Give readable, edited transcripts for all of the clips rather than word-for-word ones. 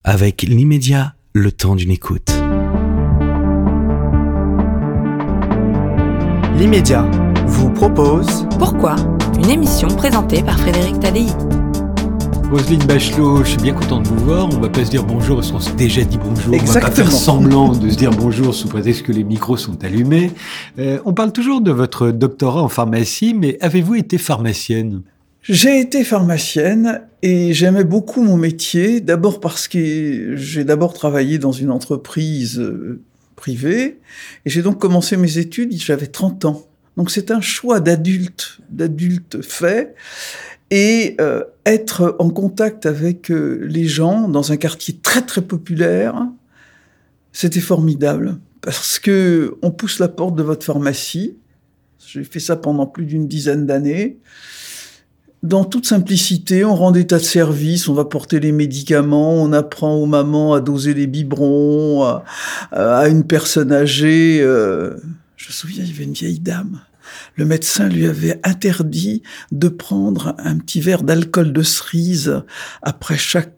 Avec l'immédiat, le temps d'une écoute. L'immédiat vous propose Pourquoi ? Une émission présentée par Frédéric Tadei. Roselyne Bachelot, je suis bien content de vous voir. On ne va pas se dire bonjour parce qu'on s'est déjà dit bonjour. Exactement. On va pas faire semblant de se dire bonjour sous prétexte que les micros sont allumés. On parle toujours de votre doctorat en pharmacie, mais avez-vous été pharmacienne ? J'ai été pharmacienne et j'aimais beaucoup mon métier. D'abord parce que j'ai d'abord travaillé dans une entreprise privée et j'ai donc commencé mes études, j'avais 30 ans. Donc c'est un choix d'adulte fait. Et être en contact avec les gens dans un quartier très très populaire, c'était formidable. Parce que on pousse la porte de votre pharmacie. J'ai fait ça pendant plus d'une dizaine d'années. Dans toute simplicité, on rend des tas de services, on va porter les médicaments, on apprend aux mamans à doser les biberons, à une personne âgée. Je me souviens, il y avait une vieille dame. Le médecin lui avait interdit de prendre un petit verre d'alcool de cerise après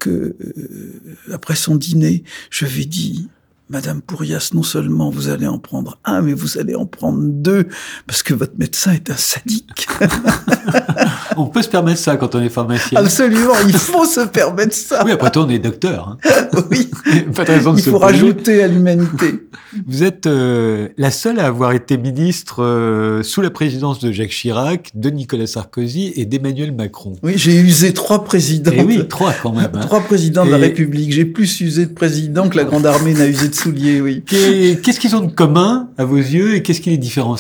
son dîner. Je lui ai dit, Madame Pourrias, non seulement vous allez en prendre un, mais vous allez en prendre deux, parce que votre médecin est un sadique. On peut se permettre ça quand on est pharmacien. Absolument, il faut se permettre ça. Oui, après tout, on est docteur. Hein. Oui, pas de raison de il faut rajouter à l'humanité. Vous êtes la seule à avoir été ministre sous la présidence de Jacques Chirac, de Nicolas Sarkozy et d'Emmanuel Macron. Oui, j'ai usé 3 présidents. Et oui, 3 quand même. Hein. 3 présidents de la République. J'ai plus usé de présidents que la Grande Armée n'a usé de souliers, oui. Qu'est-ce qu'ils ont de commun, à vos yeux, et qu'est-ce qui les différencie ?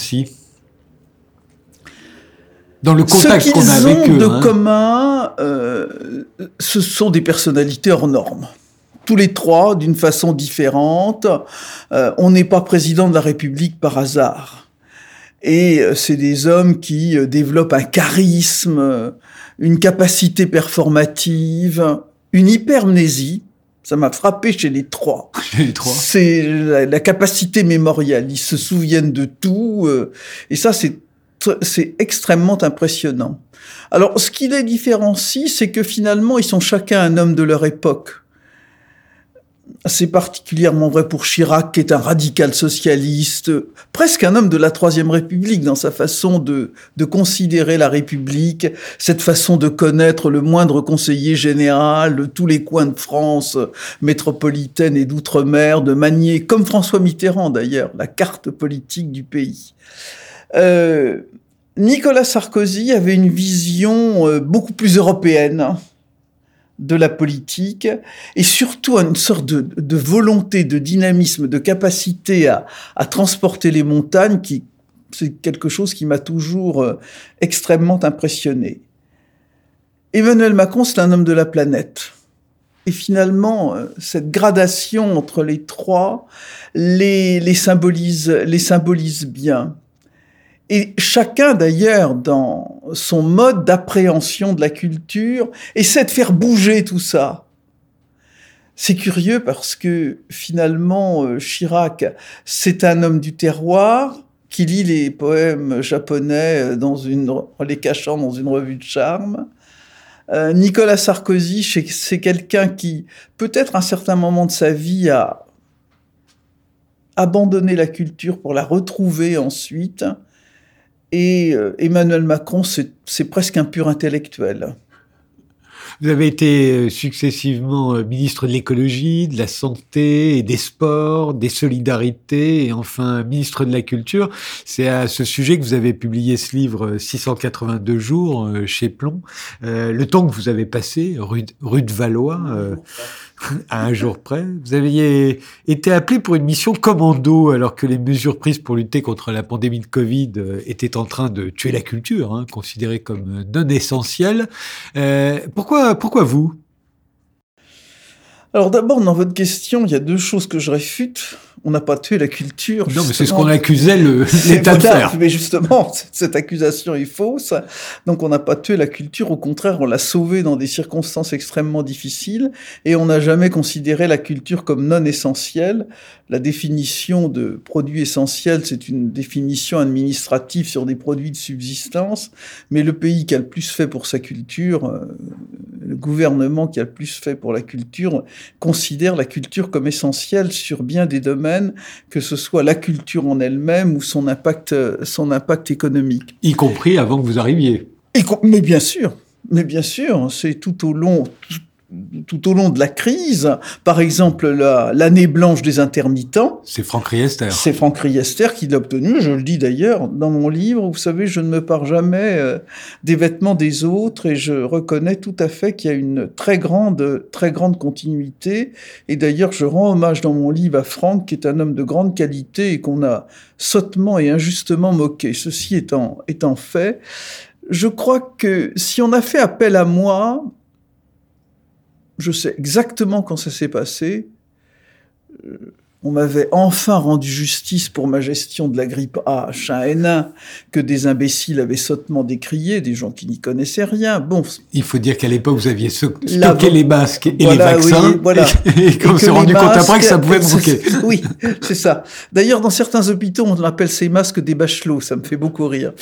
Dans le contact qu'on a avec eux. Ce qu'ils ont de commun, ce sont des personnalités hors normes. Tous les 3, d'une façon différente. On n'est pas président de la République par hasard. Et c'est des hommes qui développent un charisme, une capacité performative, une hypermnésie. Ça m'a frappé chez les 3. Chez les 3. C'est la capacité mémorielle. Ils se souviennent de tout. Et ça, c'est extrêmement impressionnant. Alors, ce qui les différencie, c'est que finalement, ils sont chacun un homme de leur époque. C'est particulièrement vrai pour Chirac, qui est un radical socialiste, presque un homme de la Troisième République dans sa façon de considérer la République, cette façon de connaître le moindre conseiller général de tous les coins de France métropolitaine et d'outre-mer, de manier, comme François Mitterrand d'ailleurs, la carte politique du pays. Nicolas Sarkozy avait une vision beaucoup plus européenne de la politique et surtout une sorte de volonté, de dynamisme, de capacité à transporter les montagnes c'est quelque chose qui m'a toujours extrêmement impressionné. Emmanuel Macron, c'est un homme de la planète. Et finalement, cette gradation entre les 3 les symbolise bien. Et chacun, d'ailleurs, dans son mode d'appréhension de la culture, essaie de faire bouger tout ça. C'est curieux parce que, finalement, Chirac, c'est un homme du terroir qui lit les poèmes japonais en les cachant dans une revue de charme. Nicolas Sarkozy, c'est quelqu'un qui, peut-être à un certain moment de sa vie, a abandonné la culture pour la retrouver ensuite. Et Emmanuel Macron, c'est presque un pur intellectuel. Vous avez été successivement ministre de l'écologie, de la santé et des sports, des solidarités et enfin ministre de la culture. C'est à ce sujet que vous avez publié ce livre 682 jours chez Plomb. Le temps que vous avez passé rue de Valois, à un jour près. Vous aviez été appelé pour une mission commando alors que les mesures prises pour lutter contre la pandémie de Covid étaient en train de tuer la culture, considérée comme non essentielle. Pourquoi vous ? Alors d'abord, dans votre question, il y a 2 choses que je réfute. On n'a pas tué la culture. Non, mais c'est ce qu'on accusait l'État de faire. Mais justement, cette accusation est fausse. Donc on n'a pas tué la culture, au contraire, on l'a sauvée dans des circonstances extrêmement difficiles et on n'a jamais considéré la culture comme non essentielle. La définition de produit essentiel, c'est une définition administrative sur des produits de subsistance, mais le pays qui a le plus fait pour sa culture, le gouvernement qui a le plus fait pour la culture considère la culture comme essentielle sur bien des domaines, que ce soit la culture en elle-même ou son impact économique. Y compris avant que vous arriviez. Mais bien sûr, c'est tout au long de la crise. Par exemple, l'année blanche des intermittents. C'est Franck Riester. C'est Franck Riester qui l'a obtenu. Je le dis d'ailleurs dans mon livre. Vous savez, je ne me pars jamais des vêtements des autres et je reconnais tout à fait qu'il y a une très grande continuité. Et d'ailleurs, je rends hommage dans mon livre à Franck, qui est un homme de grande qualité et qu'on a sottement et injustement moqué. Ceci étant fait, je crois que si on a fait appel à moi, je sais exactement quand ça s'est passé. On m'avait enfin rendu justice pour ma gestion de la grippe H, un N1 que des imbéciles avaient sottement décrié, des gens qui n'y connaissaient rien. Bon, il faut dire qu'à l'époque, vous aviez stocké les masques et les vaccins, oui, voilà. et qu'on s'est rendu compte après que ça pouvait manquer. Oui, c'est ça. D'ailleurs, dans certains hôpitaux, on appelle ces masques des bachelots, ça me fait beaucoup rire.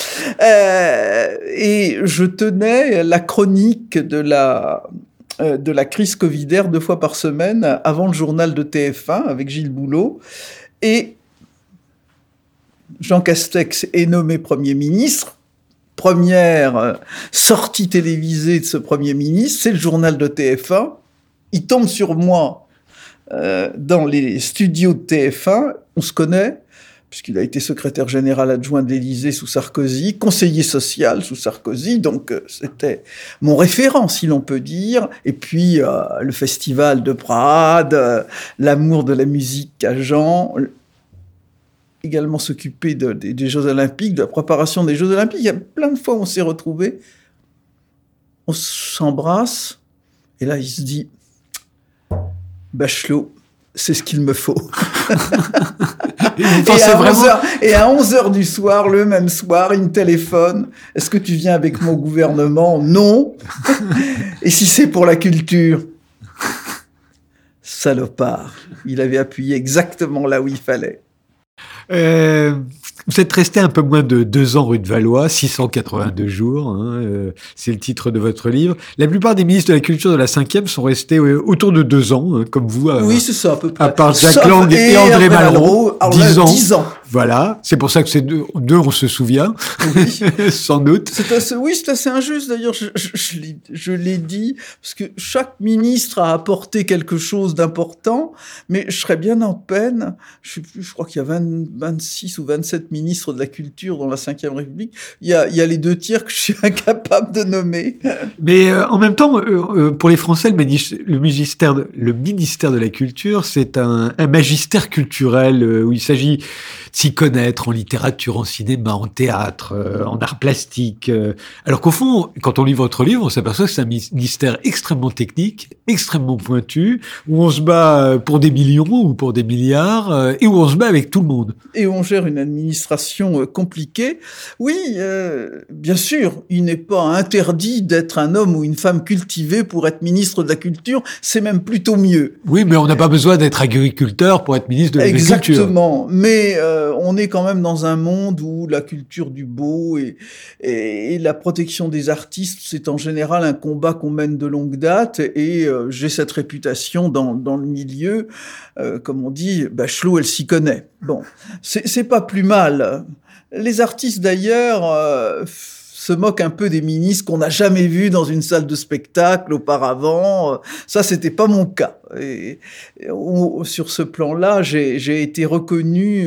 Et je tenais la chronique de la crise covidaire 2 fois par semaine avant le journal de TF1 avec Gilles Boulot. Et Jean Castex est nommé Premier ministre. Première sortie télévisée de ce Premier ministre, c'est le journal de TF1. Il tombe sur moi dans les studios de TF1. On se connaît, puisqu'il a été secrétaire général adjoint de l'Élysée sous Sarkozy, conseiller social sous Sarkozy, donc c'était mon référent, si l'on peut dire. Et puis, le festival de Prades, l'amour de la musique à Jean, également s'occuper des Jeux Olympiques, de la préparation des Jeux Olympiques. Il y a plein de fois où on s'est retrouvés, on s'embrasse, et là, il se dit « Bachelot, c'est ce qu'il me faut. » Et à 11h du soir, le même soir, il me téléphone. « Est-ce que tu viens avec mon gouvernement ?»« Non. » « Et si c'est pour la culture ?» Salopard. Il avait appuyé exactement là où il fallait. Vous êtes resté un peu moins de 2 ans rue de Valois, 682 jours, hein, c'est le titre de votre livre. La plupart des ministres de la culture de la 5e sont restés autour de 2 ans, hein, comme vous. Oui, c'est ça, à peu près. À part Jacques Lang et André Malraux, 10 ans. 10 ans. Voilà, c'est pour ça que c'est deux on se souvient, oui. Sans doute. C'est assez injuste d'ailleurs, je l'ai dit, parce que chaque ministre a apporté quelque chose d'important, mais je serais bien en peine, je crois qu'il y a 26 ou 27 ministres de la culture dans la 5e République, il y a les 2 tiers que je suis incapable de nommer. Mais en même temps, pour les Français, le ministère de la Culture, c'est un magistère culturel où il s'agit de s'y connaître en littérature, en cinéma, en théâtre, en art plastique. Alors qu'au fond, quand on lit votre livre, on s'aperçoit que c'est un ministère extrêmement technique, extrêmement pointu, où on se bat pour des millions ou pour des milliards, et où on se bat avec tout le monde. Et où on gère une administration compliquée. Oui, bien sûr, il n'est pas interdit d'être un homme ou une femme cultivée pour être ministre de la Culture, c'est même plutôt mieux. Oui, mais on n'a pas besoin d'être agriculteur pour être ministre de l'Agriculture. Exactement, mais on est quand même dans un monde où la culture du beau et la protection des artistes, c'est en général un combat qu'on mène de longue date, et j'ai cette réputation dans le milieu, comme on dit, Bachelot, elle s'y connaît. Bon, c'est pas plus mal. Les artistes d'ailleurs se moquent un peu des ministres qu'on n'a jamais vus dans une salle de spectacle auparavant. Ça, c'était pas mon cas. Et sur ce plan-là, j'ai été reconnu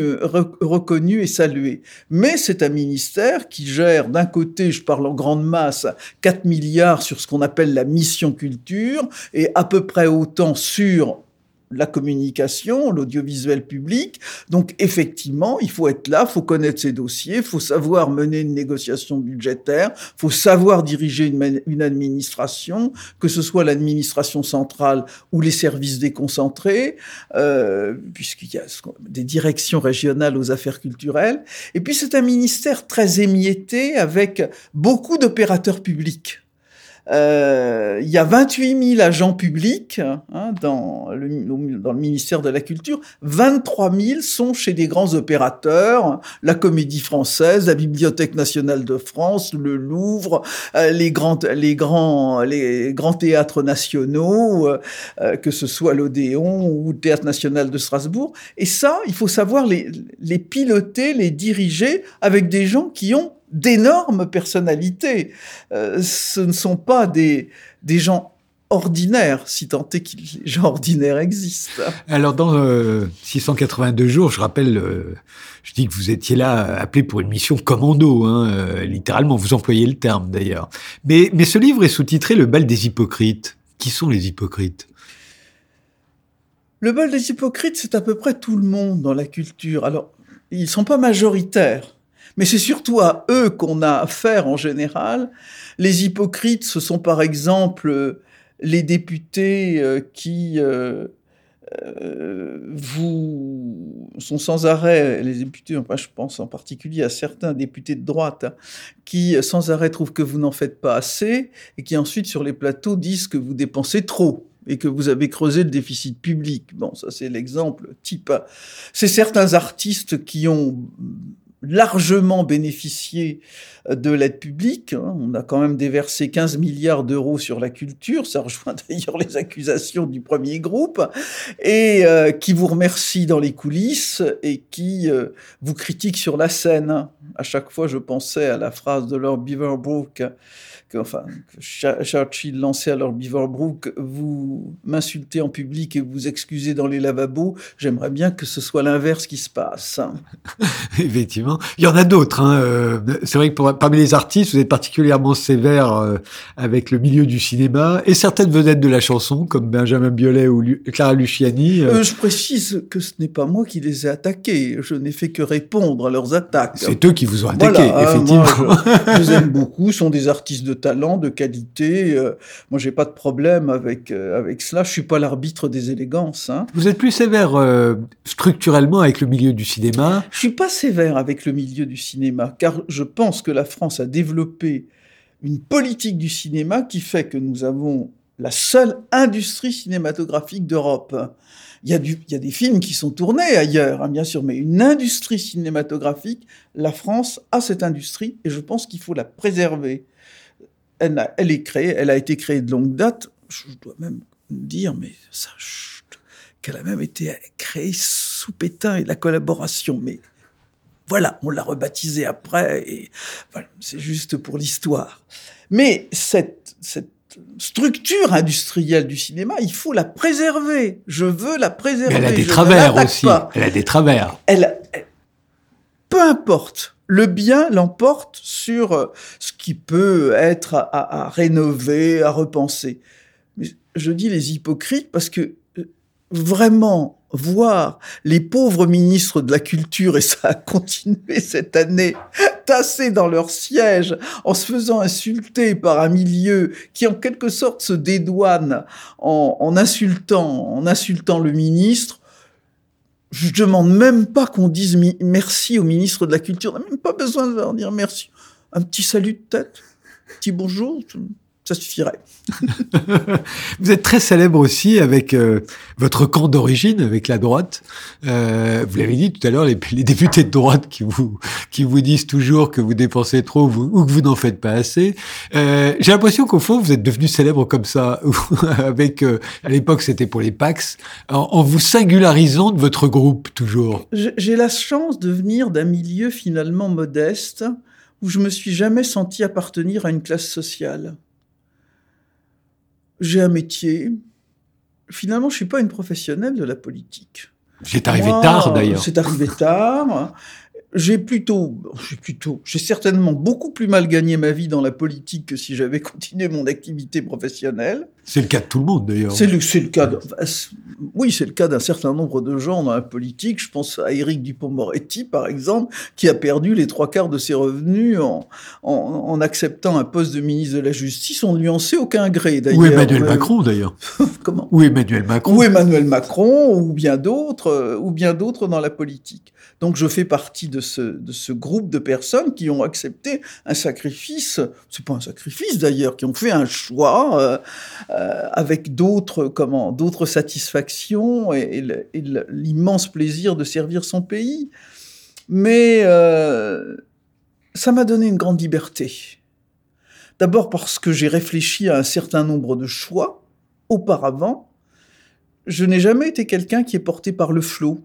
et salué. Mais c'est un ministère qui gère, d'un côté, je parle en grande masse, 4 milliards sur ce qu'on appelle la mission culture, et à peu près autant sur la communication, l'audiovisuel public. Donc, effectivement, il faut être là, il faut connaître ses dossiers, il faut savoir mener une négociation budgétaire, il faut savoir diriger une administration, que ce soit l'administration centrale ou les services déconcentrés, puisqu'il y a des directions régionales aux affaires culturelles. Et puis, c'est un ministère très émietté avec beaucoup d'opérateurs publics. Il y a 28 000 agents publics dans le ministère de la Culture. 23 000 sont chez des grands opérateurs, la Comédie Française, la Bibliothèque nationale de France, le Louvre, les grands théâtres nationaux, que ce soit l'Odéon ou le Théâtre national de Strasbourg. Et ça, il faut savoir les piloter, les diriger avec des gens qui ont d'énormes personnalités. Ce ne sont pas des gens ordinaires, si tant est que les gens ordinaires existent. Alors, dans 682 jours, je rappelle, je dis que vous étiez là appelé pour une mission commando, littéralement, vous employez le terme d'ailleurs. Mais ce livre est sous-titré « Le bal des hypocrites ». Qui sont les hypocrites ? Le bal des hypocrites, c'est à peu près tout le monde dans la culture. Alors, ils ne sont pas majoritaires. Mais c'est surtout à eux qu'on a affaire en général. Les hypocrites, ce sont par exemple les députés qui vous sont sans arrêt, les députés, je pense en particulier à certains députés de droite, qui sans arrêt trouvent que vous n'en faites pas assez et qui ensuite sur les plateaux disent que vous dépensez trop et que vous avez creusé le déficit public. Bon, ça c'est l'exemple type. C'est certains artistes qui ont largement bénéficié de l'aide publique. On a quand même déversé 15 milliards d'euros sur la culture. Ça rejoint d'ailleurs les accusations du premier groupe. Et qui vous remercie dans les coulisses et qui vous critique sur la scène. À chaque fois, je pensais à la phrase de Lord Beaverbrook que Churchill lançait à Lord Beaverbrook: vous m'insultez en public et vous excusez dans les lavabos. J'aimerais bien que ce soit l'inverse qui se passe. Effectivement. Il y en a d'autres. C'est vrai que parmi les artistes, vous êtes particulièrement sévère avec le milieu du cinéma et certaines vedettes de la chanson, comme Benjamin Biolay ou Clara Luciani. Je précise que ce n'est pas moi qui les ai attaqués. Je n'ai fait que répondre à leurs attaques. C'est eux qui vous ont attaqué, effectivement. Moi, je les aime beaucoup. Ce sont des artistes de talent, de qualité. Moi, j'ai pas de problème avec cela. Je suis pas l'arbitre des élégances. Vous êtes plus sévère structurellement avec le milieu du cinéma. Je suis pas sévère avec le milieu du cinéma, car je pense que la France a développé une politique du cinéma qui fait que nous avons la seule industrie cinématographique d'Europe. Il y a des films qui sont tournés ailleurs, bien sûr, mais une industrie cinématographique, la France a cette industrie et je pense qu'il faut la préserver. Elle a été créée de longue date. Je dois même dire, mais ça, qu'elle a même été créée sous Pétain et la collaboration. Mais voilà, on l'a rebaptisée après, et voilà, c'est juste pour l'histoire. Mais cette structure industrielle du cinéma, il faut la préserver. Je veux la préserver. Mais elle a des travers aussi. Elle a des travers. Peu importe. Le bien l'emporte sur ce qui peut être à rénover, à repenser. Mais je dis les hypocrites parce que vraiment voir les pauvres ministres de la culture, et ça a continué cette année, tassés dans leur siège en se faisant insulter par un milieu qui en quelque sorte se dédouane en insultant le ministre. Je demande même pas qu'on dise merci au ministre de la Culture. On n'a même pas besoin de leur dire merci. Un petit salut de tête, un petit bonjour, ça suffirait. Vous êtes très célèbre aussi avec votre camp d'origine, avec la droite. Vous l'avez dit tout à l'heure, les députés de droite qui vous disent toujours que vous dépensez trop ou que vous n'en faites pas assez. J'ai l'impression qu'au fond, vous êtes devenu célèbre comme ça, avec à l'époque c'était pour les Pax, en vous singularisant de votre groupe toujours. J'ai la chance de venir d'un milieu finalement modeste, où je me suis jamais senti appartenir à une classe sociale. J'ai un métier. Finalement, je suis pas une professionnelle de la politique. C'est arrivé tard, d'ailleurs. C'est arrivé tard. J'ai certainement beaucoup plus mal gagné ma vie dans la politique que si j'avais continué mon activité professionnelle. C'est le cas de tout le monde, d'ailleurs. C'est le cas Oui, c'est le cas d'un certain nombre de gens dans la politique. Je pense à Éric Dupond-Moretti, par exemple, qui a perdu les 3/4 de ses revenus en acceptant un poste de ministre de la Justice. On ne lui en sait aucun gré, d'ailleurs. Ou Emmanuel Macron, d'ailleurs. Comment ? Ou Emmanuel Macron. Ou Emmanuel Macron, ou bien d'autres dans la politique. Donc je fais partie de ce groupe de personnes qui ont accepté un sacrifice, c'est pas un sacrifice d'ailleurs, qui ont fait un choix avec d'autres satisfactions et l'immense plaisir de servir son pays. Mais ça m'a donné une grande liberté. D'abord parce que j'ai réfléchi à un certain nombre de choix auparavant. Je n'ai jamais été quelqu'un qui est porté par le flot.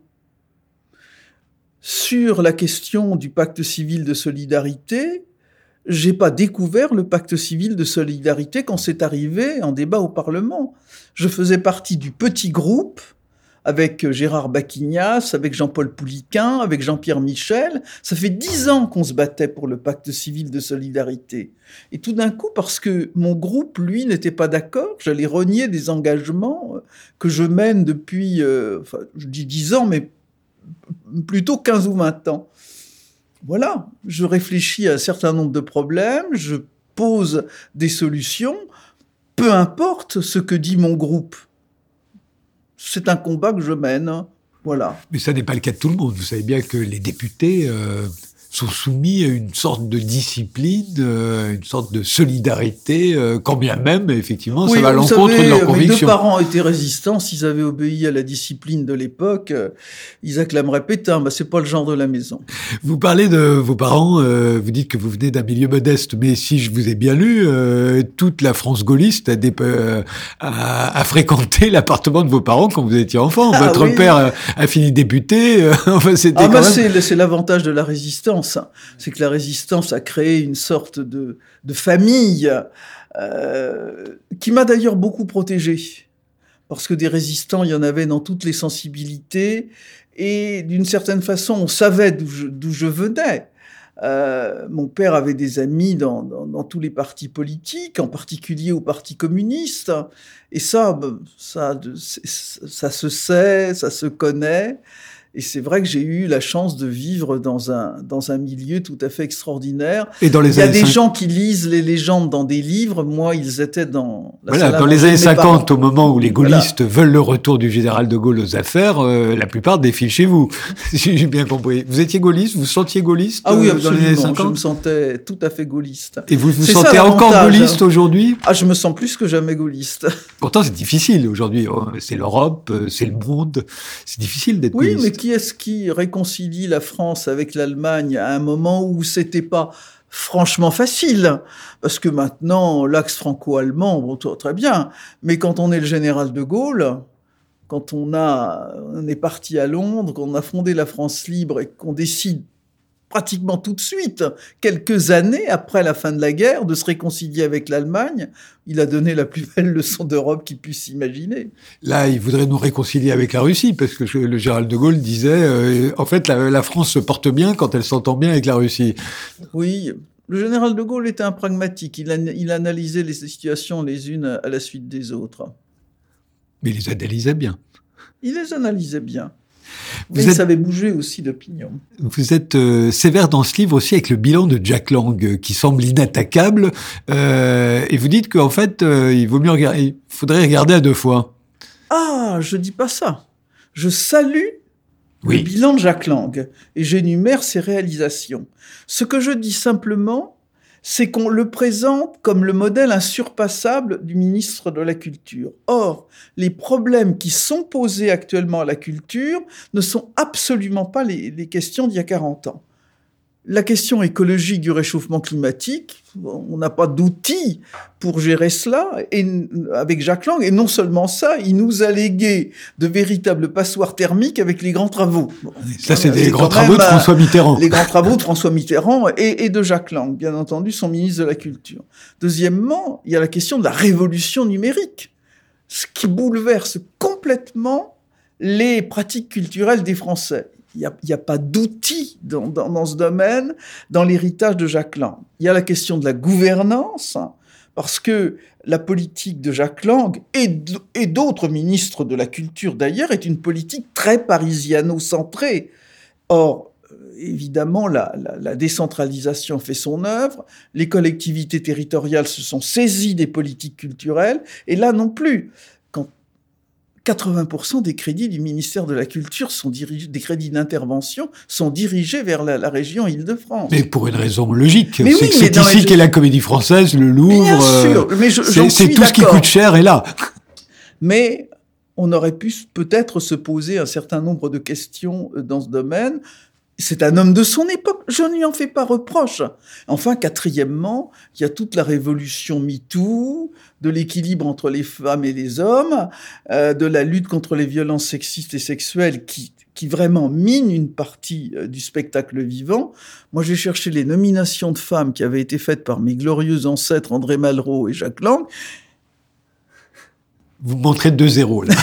Sur la question du pacte civil de solidarité, j'ai pas découvert le pacte civil de solidarité quand c'est arrivé en débat au Parlement. Je faisais partie du petit groupe avec Gérard Bacquignas, avec Jean-Paul Pouliquen, avec Jean-Pierre Michel. Ça fait 10 ans qu'on se battait pour le pacte civil de solidarité. Et tout d'un coup, parce que mon groupe, lui, n'était pas d'accord, j'allais renier des engagements que je mène depuis, je dis 10 ans, mais plutôt 15 ou 20 ans. Voilà, je réfléchis à un certain nombre de problèmes, je pose des solutions, peu importe ce que dit mon groupe. C'est un combat que je mène, voilà. Mais ça n'est pas le cas de tout le monde. Vous savez bien que les députés sont soumis à une sorte de discipline, une sorte de solidarité, quand bien même, effectivement, ça va à l'encontre de leurs convictions. Mes 2 parents étaient résistants. S'ils avaient obéi à la discipline de l'époque, ils acclameraient Pétain. C'est pas le genre de la maison. Vous parlez de vos parents, vous dites que vous venez d'un milieu modeste, mais si je vous ai bien lu, toute la France gaulliste a fréquenté l'appartement de vos parents quand vous étiez enfant. Votre père a fini député. Enfin, c'était c'est l'avantage de la résistance. C'est que la résistance a créé une sorte de famille qui m'a d'ailleurs beaucoup protégé. Parce que des résistants, il y en avait dans toutes les sensibilités. Et d'une certaine façon, on savait d'où je venais. Mon père avait des amis dans tous les partis politiques, en particulier au Parti communiste. Et ça se sait, ça se connaît. Et c'est vrai que j'ai eu la chance de vivre dans un milieu tout à fait extraordinaire. Et dans les Il y a des gens qui lisent les légendes dans des livres. Moi, ils étaient dans la salle à dans les manger années de mes 50, parents. au moment où les gaullistes veulent le retour du général de Gaulle aux affaires, la plupart défilent chez vous. Si j'ai bien compris. Vous étiez gaulliste, vous sentiez gaulliste Ah oui, absolument. dans les années 50 je me sentais tout à fait gaulliste. Et vous C'est sentez ça, encore l'avantage, gaulliste aujourd'hui ? Ah, je me sens plus que jamais gaulliste. Pourtant, c'est difficile aujourd'hui. C'est l'Europe, c'est le monde. C'est difficile d'être gaulliste. Oui, mais qui est-ce qui réconcilie la France avec l'Allemagne à un moment où c'était pas franchement facile? Parce que maintenant, l'axe franco-allemand, bon, très bien. Mais quand on est le général de Gaulle, quand on est parti à Londres, qu'on a fondé la France libre et qu'on décide pratiquement tout de suite, quelques années après la fin de la guerre, de se réconcilier avec l'Allemagne, il a donné la plus belle leçon d'Europe qu'il puisse imaginer. Là, il voudrait nous réconcilier avec la Russie, parce que le général de Gaulle disait, en fait, la France se porte bien quand elle s'entend bien avec la Russie. Oui, le général de Gaulle était un pragmatique. Il analysait les situations les unes à la suite des autres. Mais il les analysait bien. Il les analysait bien. Mais il savait bouger aussi d'opinion. Vous êtes sévère dans ce livre aussi avec le bilan de Jack Lang, qui semble inattaquable. Et vous dites qu'en fait, il faudrait regarder à 2 fois. Ah, je dis pas ça. Je salue le bilan de Jack Lang et j'énumère ses réalisations. Ce que je dis simplement, c'est qu'on le présente comme le modèle insurpassable du ministre de la Culture. Or, les problèmes qui sont posés actuellement à la culture ne sont absolument pas les questions d'il y a 40 ans. La question écologique du réchauffement climatique, on n'a pas d'outils pour gérer cela, et avec Jack Lang. Et non seulement ça, il nous a légué de véritables passoires thermiques avec les grands travaux. Bon, ça, c'est des grands travaux de François Mitterrand. Les grands travaux de François Mitterrand et de Jack Lang, bien entendu, son ministre de la Culture. Deuxièmement, il y a la question de la révolution numérique, ce qui bouleverse complètement les pratiques culturelles des Français. Il n'y a pas d'outils dans ce domaine, dans l'héritage de Jack Lang. Il y a la question de la gouvernance, parce que la politique de Jacques Lang et d'autres ministres de la culture d'ailleurs est une politique très parisiano-centrée. Or, évidemment, la décentralisation fait son œuvre, les collectivités territoriales se sont saisies des politiques culturelles, et là non plus. Quand 80% des crédits du ministère de la Culture des crédits d'intervention sont dirigés vers la région Île-de-France. Mais pour une raison logique, mais c'est oui, que c'est ici qu'est la Comédie Française, le Louvre. Bien sûr, mais c'est tout ce qui coûte cher est là. Mais on aurait pu peut-être se poser un certain nombre de questions dans ce domaine. C'est un homme de son époque, je ne lui en fais pas reproche. Enfin, quatrièmement, il y a toute la révolution MeToo, de l'équilibre entre les femmes et les hommes, de la lutte contre les violences sexistes et sexuelles qui vraiment mine une partie du spectacle vivant. Moi, j'ai cherché les nominations de femmes qui avaient été faites par mes glorieux ancêtres André Malraux et Jacques Lang. Vous montrez 2-0, là.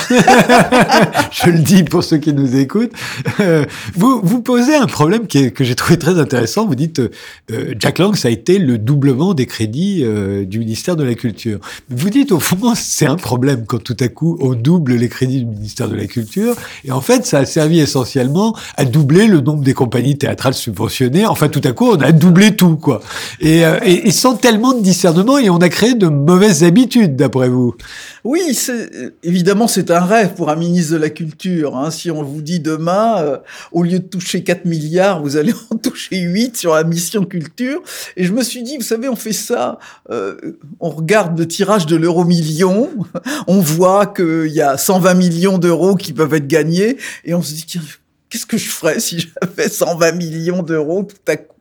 Je le dis pour ceux qui nous écoutent. Vous posez un problème que j'ai trouvé très intéressant. Vous dites, Jacques Lang, ça a été le doublement des crédits du ministère de la Culture. Vous dites, au fond, c'est un problème quand tout à coup, on double les crédits du ministère de la Culture. Et en fait, ça a servi essentiellement à doubler le nombre des compagnies théâtrales subventionnées. Enfin, tout à coup, on a doublé tout, quoi. Et sans tellement de discernement, et on a créé de mauvaises habitudes, d'après vous. Oui, évidemment, c'est un rêve pour un ministre de la Culture. Hein. Si on vous dit demain, au lieu de toucher 4 milliards, vous allez en toucher 8 sur la mission culture. Et je me suis dit, vous savez, on fait ça, on regarde le tirage de l'euro-million, on voit qu'il y a 120 millions d'euros qui peuvent être gagnés, et on se dit, qu'est-ce que je ferais si j'avais 120 millions d'euros tout à coup?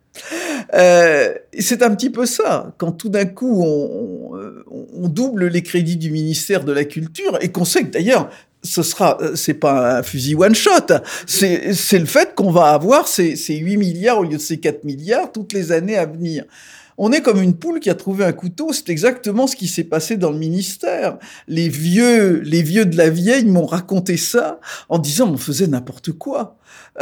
C'est un petit peu ça. Quand tout d'un coup on double les crédits du ministère de la Culture et qu'on sait que d'ailleurs c'est pas un fusil one shot, c'est le fait qu'on va avoir ces 8 milliards au lieu de ces 4 milliards toutes les années à venir. On est comme une poule qui a trouvé un couteau. C'est exactement ce qui s'est passé dans le ministère. Les vieux de la vieille m'ont raconté ça en disant on faisait n'importe quoi.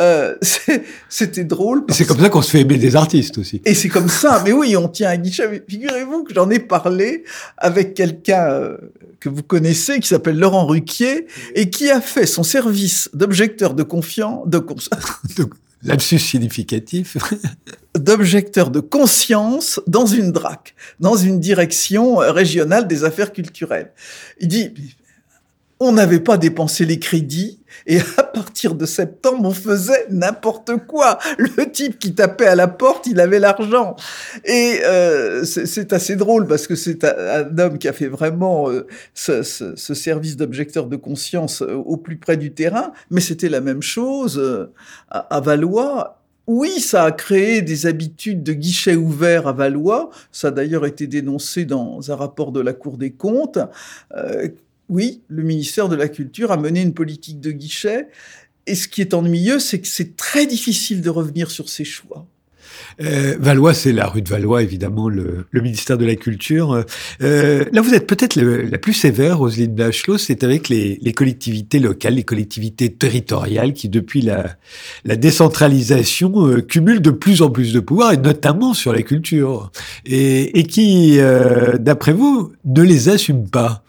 C'était drôle. C'est comme ça qu'on se fait aimer des artistes aussi. Et c'est comme ça. Mais oui, on tient un guichet. Mais figurez-vous que j'en ai parlé avec quelqu'un que vous connaissez qui s'appelle Laurent Ruquier et qui a fait son service d'objecteur de confiance, lapsus significatif. D'objecteur de conscience dans une DRAC, dans une direction régionale des affaires culturelles. Il dit, on n'avait pas dépensé les crédits et à partir de septembre, on faisait n'importe quoi. Le type qui tapait à la porte, il avait l'argent. Et c'est assez drôle parce que c'est un homme qui a fait vraiment ce service d'objecteur de conscience au plus près du terrain, mais c'était la même chose à Valois. Oui, ça a créé des habitudes de guichet ouvert à Valois. Ça a d'ailleurs été dénoncé dans un rapport de la Cour des comptes. Oui, le ministère de la Culture a mené une politique de guichet. Et ce qui est ennuyeux, c'est que c'est très difficile de revenir sur ses choix. Valois, c'est la rue de Valois, évidemment, le ministère de la Culture. Là, vous êtes peut-être la plus sévère, Roselyne Bachelot, c'est avec les collectivités locales, les collectivités territoriales qui, depuis la décentralisation, cumulent de plus en plus de pouvoir, et notamment sur la culture, et qui, d'après vous, ne les assument pas.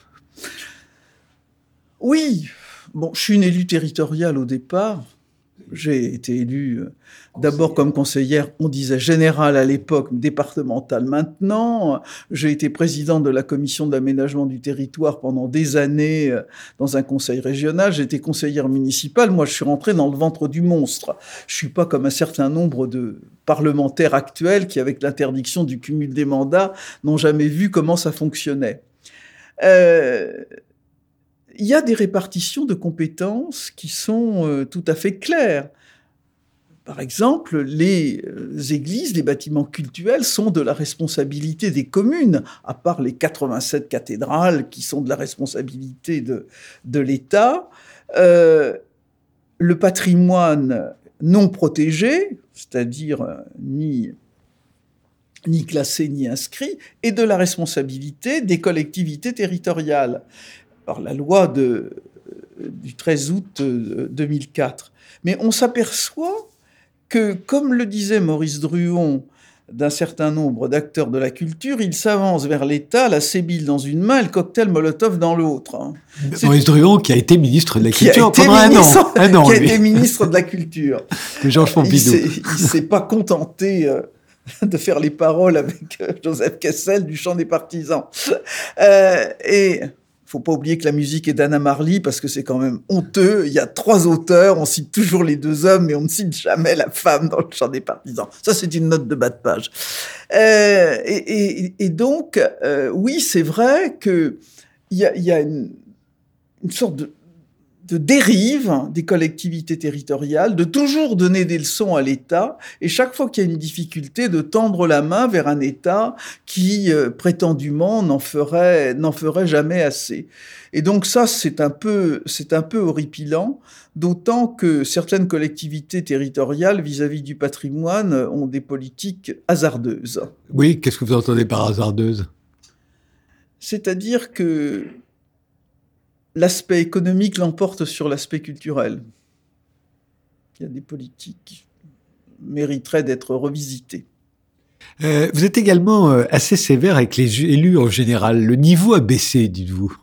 Oui, bon, je suis une élue territoriale au départ. J'ai été élue d'abord comme conseillère, on disait générale à l'époque, départementale maintenant. J'ai été présidente de la commission d'aménagement du territoire pendant des années dans un conseil régional. J'ai été conseillère municipale. Moi, je suis rentrée dans le ventre du monstre. Je suis pas comme un certain nombre de parlementaires actuels qui, avec l'interdiction du cumul des mandats, n'ont jamais vu comment ça fonctionnait. Il y a des répartitions de compétences qui sont tout à fait claires. Par exemple, les églises, les bâtiments cultuels sont de la responsabilité des communes, à part les 87 cathédrales qui sont de la responsabilité de l'État. Le patrimoine non protégé, c'est-à-dire ni classé ni inscrit, est de la responsabilité des collectivités territoriales. Par la loi du 13 août 2004. Mais on s'aperçoit que, comme le disait Maurice Druon, d'un certain nombre d'acteurs de la culture, il s'avance vers l'État, la sébile dans une main et le cocktail Molotov dans l'autre. Maurice Druon, qui a été ministre de la Culture pendant un an. Qui a été ministre de la Culture. De Georges Pompidou. Il s'est pas contenté de faire les paroles avec Joseph Kessel du Chant des Partisans. Et faut pas oublier que la musique est d'Anna Marley, parce que c'est quand même honteux. Il y a 3 auteurs, on cite toujours les 2 hommes, mais on ne cite jamais la femme dans le Chant des Partisans. Ça, c'est une note de bas de page. Et donc, oui, c'est vrai que il y a une sorte de dérive des collectivités territoriales, de toujours donner des leçons à l'État, et chaque fois qu'il y a une difficulté, de tendre la main vers un État qui, prétendument, n'en ferait jamais assez. Et donc ça, c'est un peu horripilant, d'autant que certaines collectivités territoriales, vis-à-vis du patrimoine, ont des politiques hasardeuses. Oui, qu'est-ce que vous entendez par hasardeuse ? C'est-à-dire que l'aspect économique l'emporte sur l'aspect culturel. Il y a des politiques qui mériteraient d'être revisitées. Vous êtes également assez sévère avec les élus en général. Le niveau a baissé, dites-vous.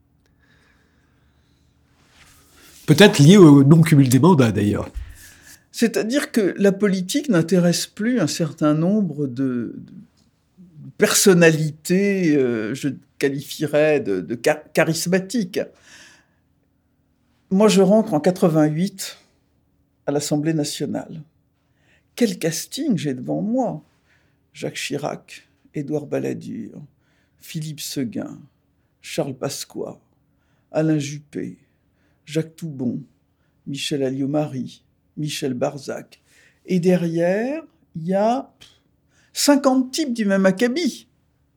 Peut-être lié au non-cumul des mandats, d'ailleurs. C'est-à-dire que la politique n'intéresse plus un certain nombre de personnalités, je qualifierais de charismatiques. Moi, je rentre en 88 à l'Assemblée nationale. Quel casting j'ai devant moi ? Jacques Chirac, Édouard Balladur, Philippe Seguin, Charles Pasqua, Alain Juppé, Jacques Toubon, Michel Alliot-Marie, Michel Barzac. Et derrière, il y a 50 types du même acabit.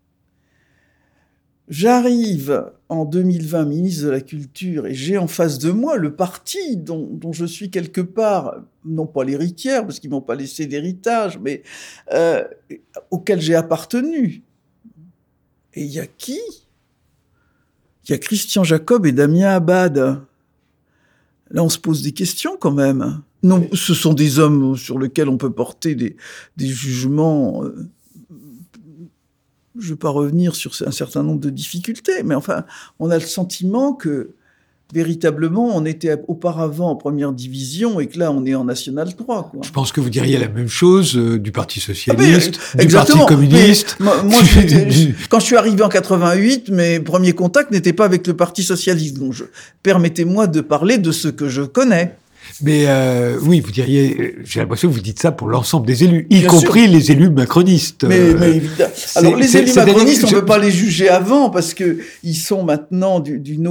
J'arrive en 2020 ministre de la Culture et j'ai en face de moi le parti dont je suis quelque part, non pas l'héritière, parce qu'ils m'ont pas laissé d'héritage, mais auquel j'ai appartenu. Et il y a qui ? Il y a Christian Jacob et Damien Abad. Là, on se pose des questions quand même. Non, ce sont des hommes sur lesquels on peut porter des jugements. Je ne veux pas revenir sur un certain nombre de difficultés, mais enfin, on a le sentiment que, véritablement, on était auparavant en première division et que là, on est en National 3, quoi. Je pense que vous diriez la même chose du Parti socialiste, du exactement. Parti communiste. Moi, quand je suis arrivé en 88, mes premiers contacts n'étaient pas avec le Parti socialiste. Donc, permettez-moi de parler de ce que je connais. Mais oui, vous diriez, j'ai l'impression que vous dites ça pour l'ensemble des élus, y compris les élus macronistes. Mais évidemment. Alors les élus macronistes, on ne peut pas les juger avant parce que ils sont maintenant d'un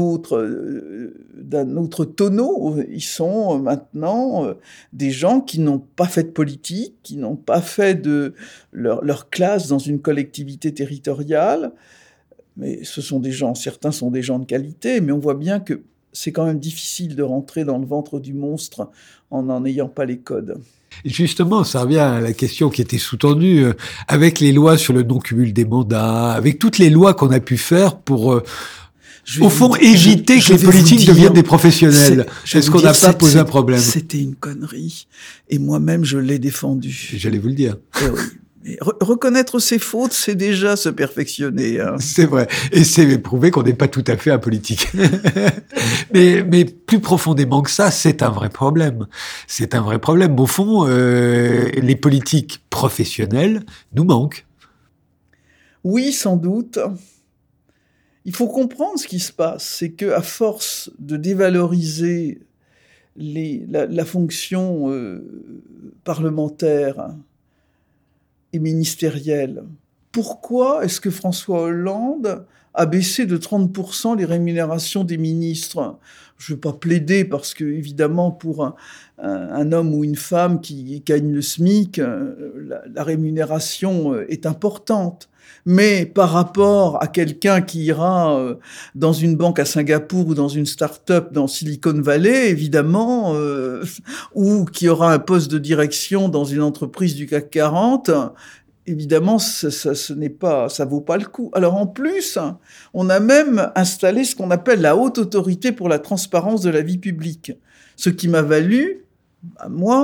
autre tonneau. Ils sont maintenant des gens qui n'ont pas fait de politique, qui n'ont pas fait de leur classe dans une collectivité territoriale. Mais ce sont des gens, certains sont des gens de qualité, mais on voit bien que c'est quand même difficile de rentrer dans le ventre du monstre en n'en ayant pas les codes. Et justement, ça revient à la question qui était sous-tendue, avec les lois sur le non-cumul des mandats, avec toutes les lois qu'on a pu faire pour, au fond, éviter que les politiques deviennent des professionnels. Est-ce qu'on n'a pas posé un problème ? C'était une connerie. Et moi-même, je l'ai défendu. J'allais vous le dire. Eh oui. Reconnaître ses fautes, c'est déjà se perfectionner. Hein. C'est vrai. Et c'est prouver qu'on n'est pas tout à fait apolitique. mais plus profondément que ça, c'est un vrai problème. C'est un vrai problème. Au fond, les politiques professionnelles nous manquent. Oui, sans doute. Il faut comprendre ce qui se passe. C'est qu'à force de dévaloriser la fonction parlementaire et ministérielle. Pourquoi est-ce que François Hollande a baissé de 30% les rémunérations des ministres ? Je ne veux pas plaider parce que, évidemment, pour un homme ou une femme qui gagne le SMIC, la rémunération est importante. Mais par rapport à quelqu'un qui ira dans une banque à Singapour ou dans une start-up dans Silicon Valley, évidemment, ou qui aura un poste de direction dans une entreprise du CAC 40, évidemment, ça vaut pas le coup. Alors en plus, on a même installé ce qu'on appelle la haute autorité pour la transparence de la vie publique, ce qui m'a valu, à moi,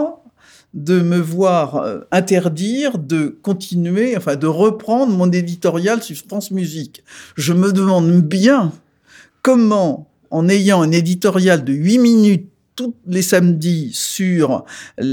de me voir interdire de continuer, enfin de reprendre mon éditorial sur France Musique. Je me demande bien comment, en ayant un éditorial de 8 minutes tous les samedis sur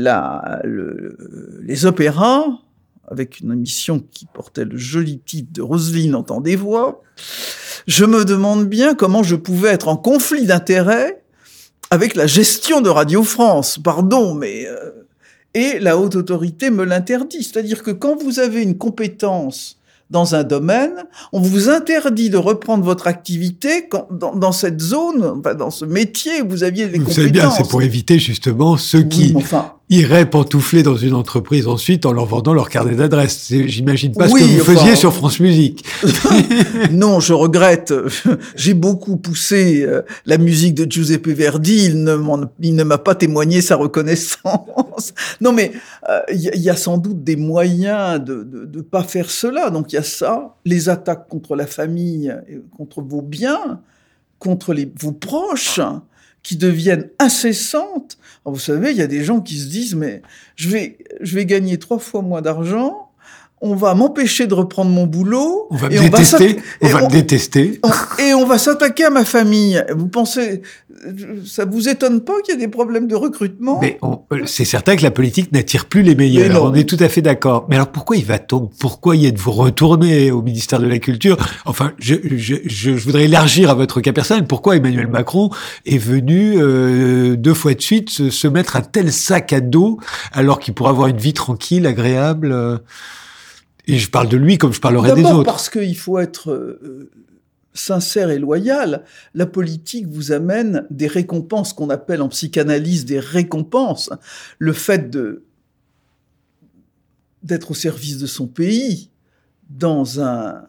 les opéras, avec une émission qui portait le joli titre de Roselyne entend des voix, je me demande bien comment je pouvais être en conflit d'intérêts avec la gestion de Radio France. Pardon, mais... Et la haute autorité me l'interdit. C'est-à-dire que quand vous avez une compétence dans un domaine, on vous interdit de reprendre votre activité dans cette zone, enfin, dans ce métier où vous aviez les compétences. Vous savez bien, c'est pour éviter justement ceux qui iraient pantoufler dans une entreprise ensuite en leur vendant leur carnet d'adresse. J'imagine pas ce que vous faisiez sur France Musique. Non, je regrette. J'ai beaucoup poussé la musique de Giuseppe Verdi. Il ne m'a pas témoigné sa reconnaissance. Non, mais il y a sans doute des moyens de pas faire cela. Donc il y a ça, les attaques contre la famille, contre vos biens, contre vos proches, qui deviennent incessantes. Alors, vous savez, il y a des gens qui se disent, mais je vais gagner 3 fois moins d'argent, on va m'empêcher de reprendre mon boulot. On va me détester. Et on va s'attaquer à ma famille. Vous pensez, ça vous étonne pas qu'il y ait des problèmes de recrutement? Mais c'est certain que la politique n'attire plus les meilleurs. On est tout à fait d'accord. Mais alors pourquoi y va-t-on? Pourquoi y êtes-vous retourné au ministère de la Culture? Enfin, je voudrais élargir à votre cas personnel. Pourquoi Emmanuel Macron est venu 2 fois de suite se mettre un tel sac à dos alors qu'il pourrait avoir une vie tranquille, agréable? Et je parle de lui comme je parlerai des autres. D'abord parce qu'il faut être sincère et loyal. La politique vous amène des récompenses qu'on appelle en psychanalyse des récompenses. Le fait d'être au service de son pays, dans un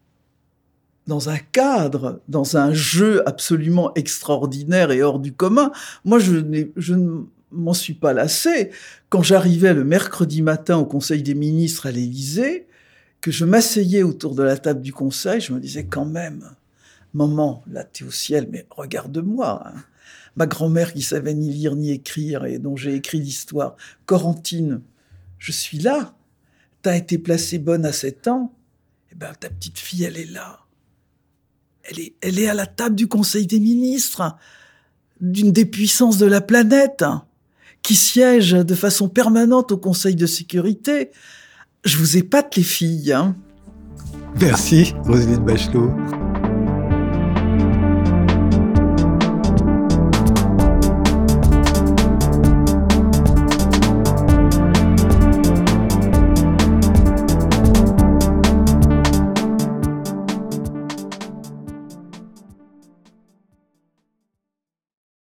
cadre, dans un jeu absolument extraordinaire et hors du commun. Moi, je ne m'en suis pas lassé. Quand j'arrivais le mercredi matin au Conseil des ministres à l'Élysée, que je m'asseyais autour de la table du Conseil, je me disais quand même, maman, là t'es au ciel, mais regarde-moi. Hein. Ma grand-mère qui savait ni lire ni écrire et dont j'ai écrit l'histoire, Corentine, je suis là. T'as été placée bonne à 7 ans, et ben ta petite fille, elle est là. Elle est à la table du Conseil des ministres, d'une des puissances de la planète, qui siège de façon permanente au Conseil de sécurité. Je vous épate, les filles. Hein. Merci, Roselyne Bachelot.